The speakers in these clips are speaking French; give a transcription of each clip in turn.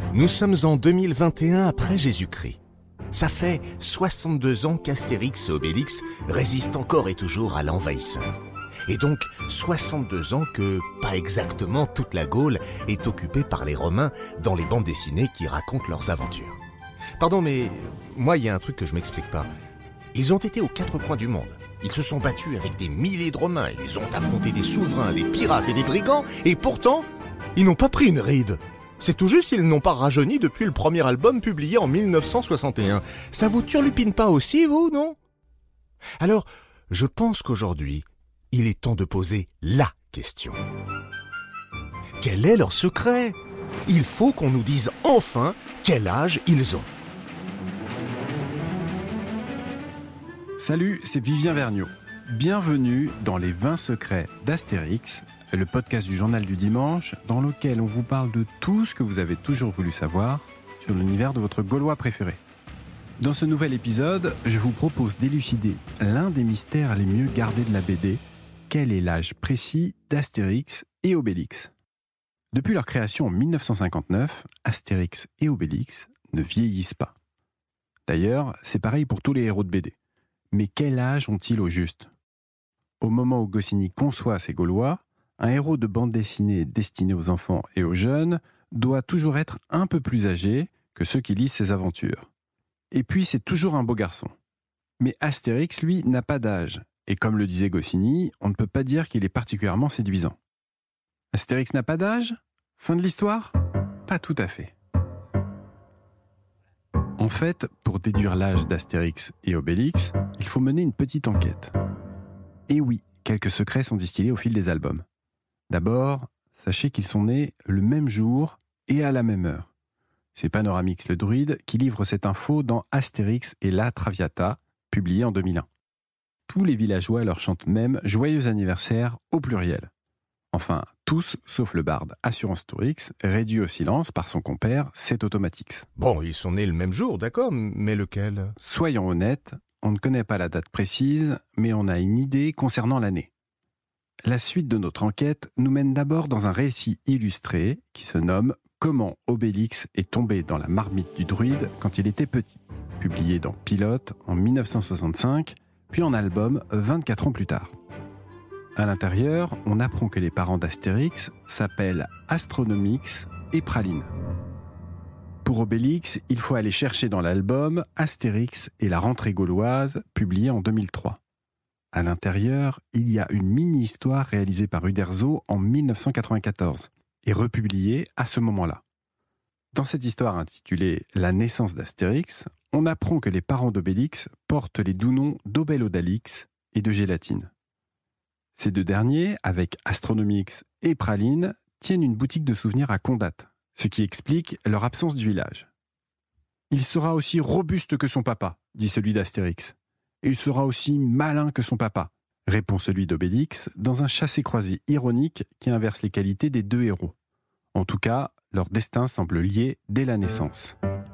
Nous sommes en 2021 après Jésus-Christ. Ça fait 62 ans qu'Astérix et Obélix résistent encore et toujours à l'envahisseur. Et donc 62 ans que, pas exactement toute la Gaule, est occupée par les Romains dans les bandes dessinées qui racontent leurs aventures. Pardon, mais moi, il y a un truc que je m'explique pas. Ils ont été aux quatre coins du monde. Ils se sont battus avec des milliers de Romains. Ils ont affronté des souverains, des pirates et des brigands. Et pourtant, ils n'ont pas pris une ride. C'est tout juste s'ils n'ont pas rajeuni depuis le premier album publié en 1961. Ça vous turlupine pas aussi, vous, non ? Alors, je pense qu'aujourd'hui, il est temps de poser la question. Quel est leur secret ? Il faut qu'on nous dise enfin quel âge ils ont. Salut, c'est Vivien Vergniaud. Bienvenue dans les 20 secrets d'Astérix, le podcast du Journal du Dimanche, dans lequel on vous parle de tout ce que vous avez toujours voulu savoir sur l'univers de votre Gaulois préféré. Dans ce nouvel épisode, je vous propose d'élucider l'un des mystères les mieux gardés de la BD. Quel est l'âge précis d'Astérix et Obélix ? Depuis leur création en 1959, Astérix et Obélix ne vieillissent pas. D'ailleurs, c'est pareil pour tous les héros de BD. Mais quel âge ont-ils au juste ? Au moment où Goscinny conçoit ces Gaulois, un héros de bande dessinée destiné aux enfants et aux jeunes doit toujours être un peu plus âgé que ceux qui lisent ses aventures. Et puis c'est toujours un beau garçon. Mais Astérix, lui, n'a pas d'âge. Et comme le disait Goscinny, on ne peut pas dire qu'il est particulièrement séduisant. Astérix n'a pas d'âge ? Fin de l'histoire ? Pas tout à fait. En fait, pour déduire l'âge d'Astérix et Obélix, il faut mener une petite enquête. Et oui, quelques secrets sont distillés au fil des albums. D'abord, sachez qu'ils sont nés le même jour et à la même heure. C'est Panoramix le druide qui livre cette info dans Astérix et la Traviata, publié en 2001. Tous les villageois leur chantent même « Joyeux anniversaire » au pluriel. Enfin, tous, sauf le barde Assurance Tourix, réduit au silence par son compère C'est Automatix. Bon, ils sont nés le même jour, d'accord, mais lequel ? Soyons honnêtes, on ne connaît pas la date précise, mais on a une idée concernant l'année. La suite de notre enquête nous mène d'abord dans un récit illustré qui se nomme « Comment Obélix est tombé dans la marmite du druide quand il était petit », publié dans Pilote en 1965, puis en album 24 ans plus tard. À l'intérieur, on apprend que les parents d'Astérix s'appellent Astronomix et Praline. Pour Obélix, il faut aller chercher dans l'album Astérix et la rentrée gauloise, publié en 2003. À l'intérieur, il y a une mini-histoire réalisée par Uderzo en 1994 et republiée à ce moment-là. Dans cette histoire intitulée « La naissance d'Astérix », on apprend que les parents d'Obélix portent les doux noms d'Obélodalix et de Gélatine. Ces deux derniers, avec Astronomix et Praline, tiennent une boutique de souvenirs à Condat, ce qui explique leur absence du village. « Il sera aussi robuste que son papa », dit celui d'Astérix. « Et il sera aussi malin que son papa », répond celui d'Obélix, dans un chassé-croisé ironique qui inverse les qualités des deux héros. En tout cas, leur destin semble lié dès la naissance.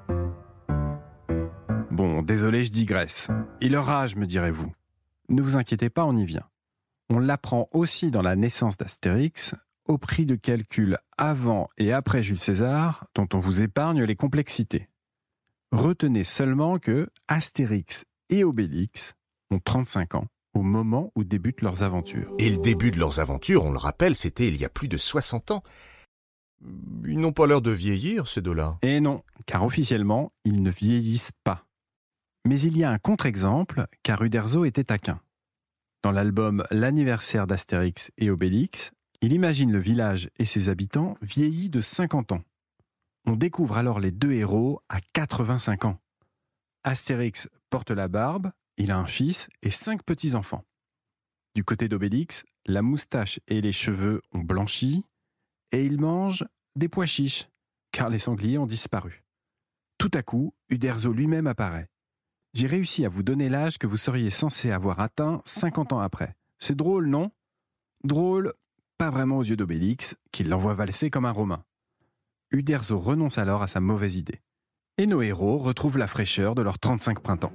Bon, désolé, je digresse. Et leur âge, me direz-vous ? Ne vous inquiétez pas, on y vient. On l'apprend aussi dans la naissance d'Astérix, au prix de calculs avant et après Jules César, dont on vous épargne les complexités. Retenez seulement que Astérix et Obélix ont 35 ans au moment où débutent leurs aventures. Et le début de leurs aventures, on le rappelle, c'était il y a plus de 60 ans. Ils n'ont pas l'air de vieillir, ces deux-là. Et non, car officiellement, ils ne vieillissent pas. Mais il y a un contre-exemple, car Uderzo était taquin. Dans l'album L'anniversaire d'Astérix et Obélix, il imagine le village et ses habitants vieillis de 50 ans. On découvre alors les deux héros à 85 ans. Astérix porte la barbe, il a un fils et 5 petits-enfants. Du côté d'Obélix, la moustache et les cheveux ont blanchi et il mange des pois chiches, car les sangliers ont disparu. Tout à coup, Uderzo lui-même apparaît. J'ai réussi à vous donner l'âge que vous seriez censé avoir atteint 50 ans après. C'est drôle, non ? Drôle, pas vraiment aux yeux d'Obélix, qui l'envoie valser comme un Romain. Uderzo renonce alors à sa mauvaise idée. Et nos héros retrouvent la fraîcheur de leurs 35 printemps.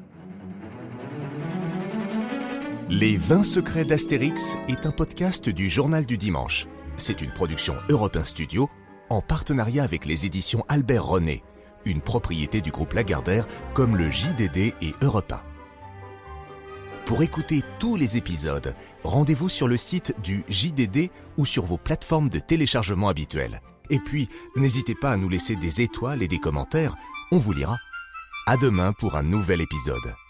Les 20 secrets d'Astérix est un podcast du Journal du Dimanche. C'est une production Europe 1 Studio, en partenariat avec les éditions Albert René, une propriété du groupe Lagardère comme le JDD et Europe 1. Pour écouter tous les épisodes, rendez-vous sur le site du JDD ou sur vos plateformes de téléchargement habituelles. Et puis, n'hésitez pas à nous laisser des étoiles et des commentaires, on vous lira. À demain pour un nouvel épisode.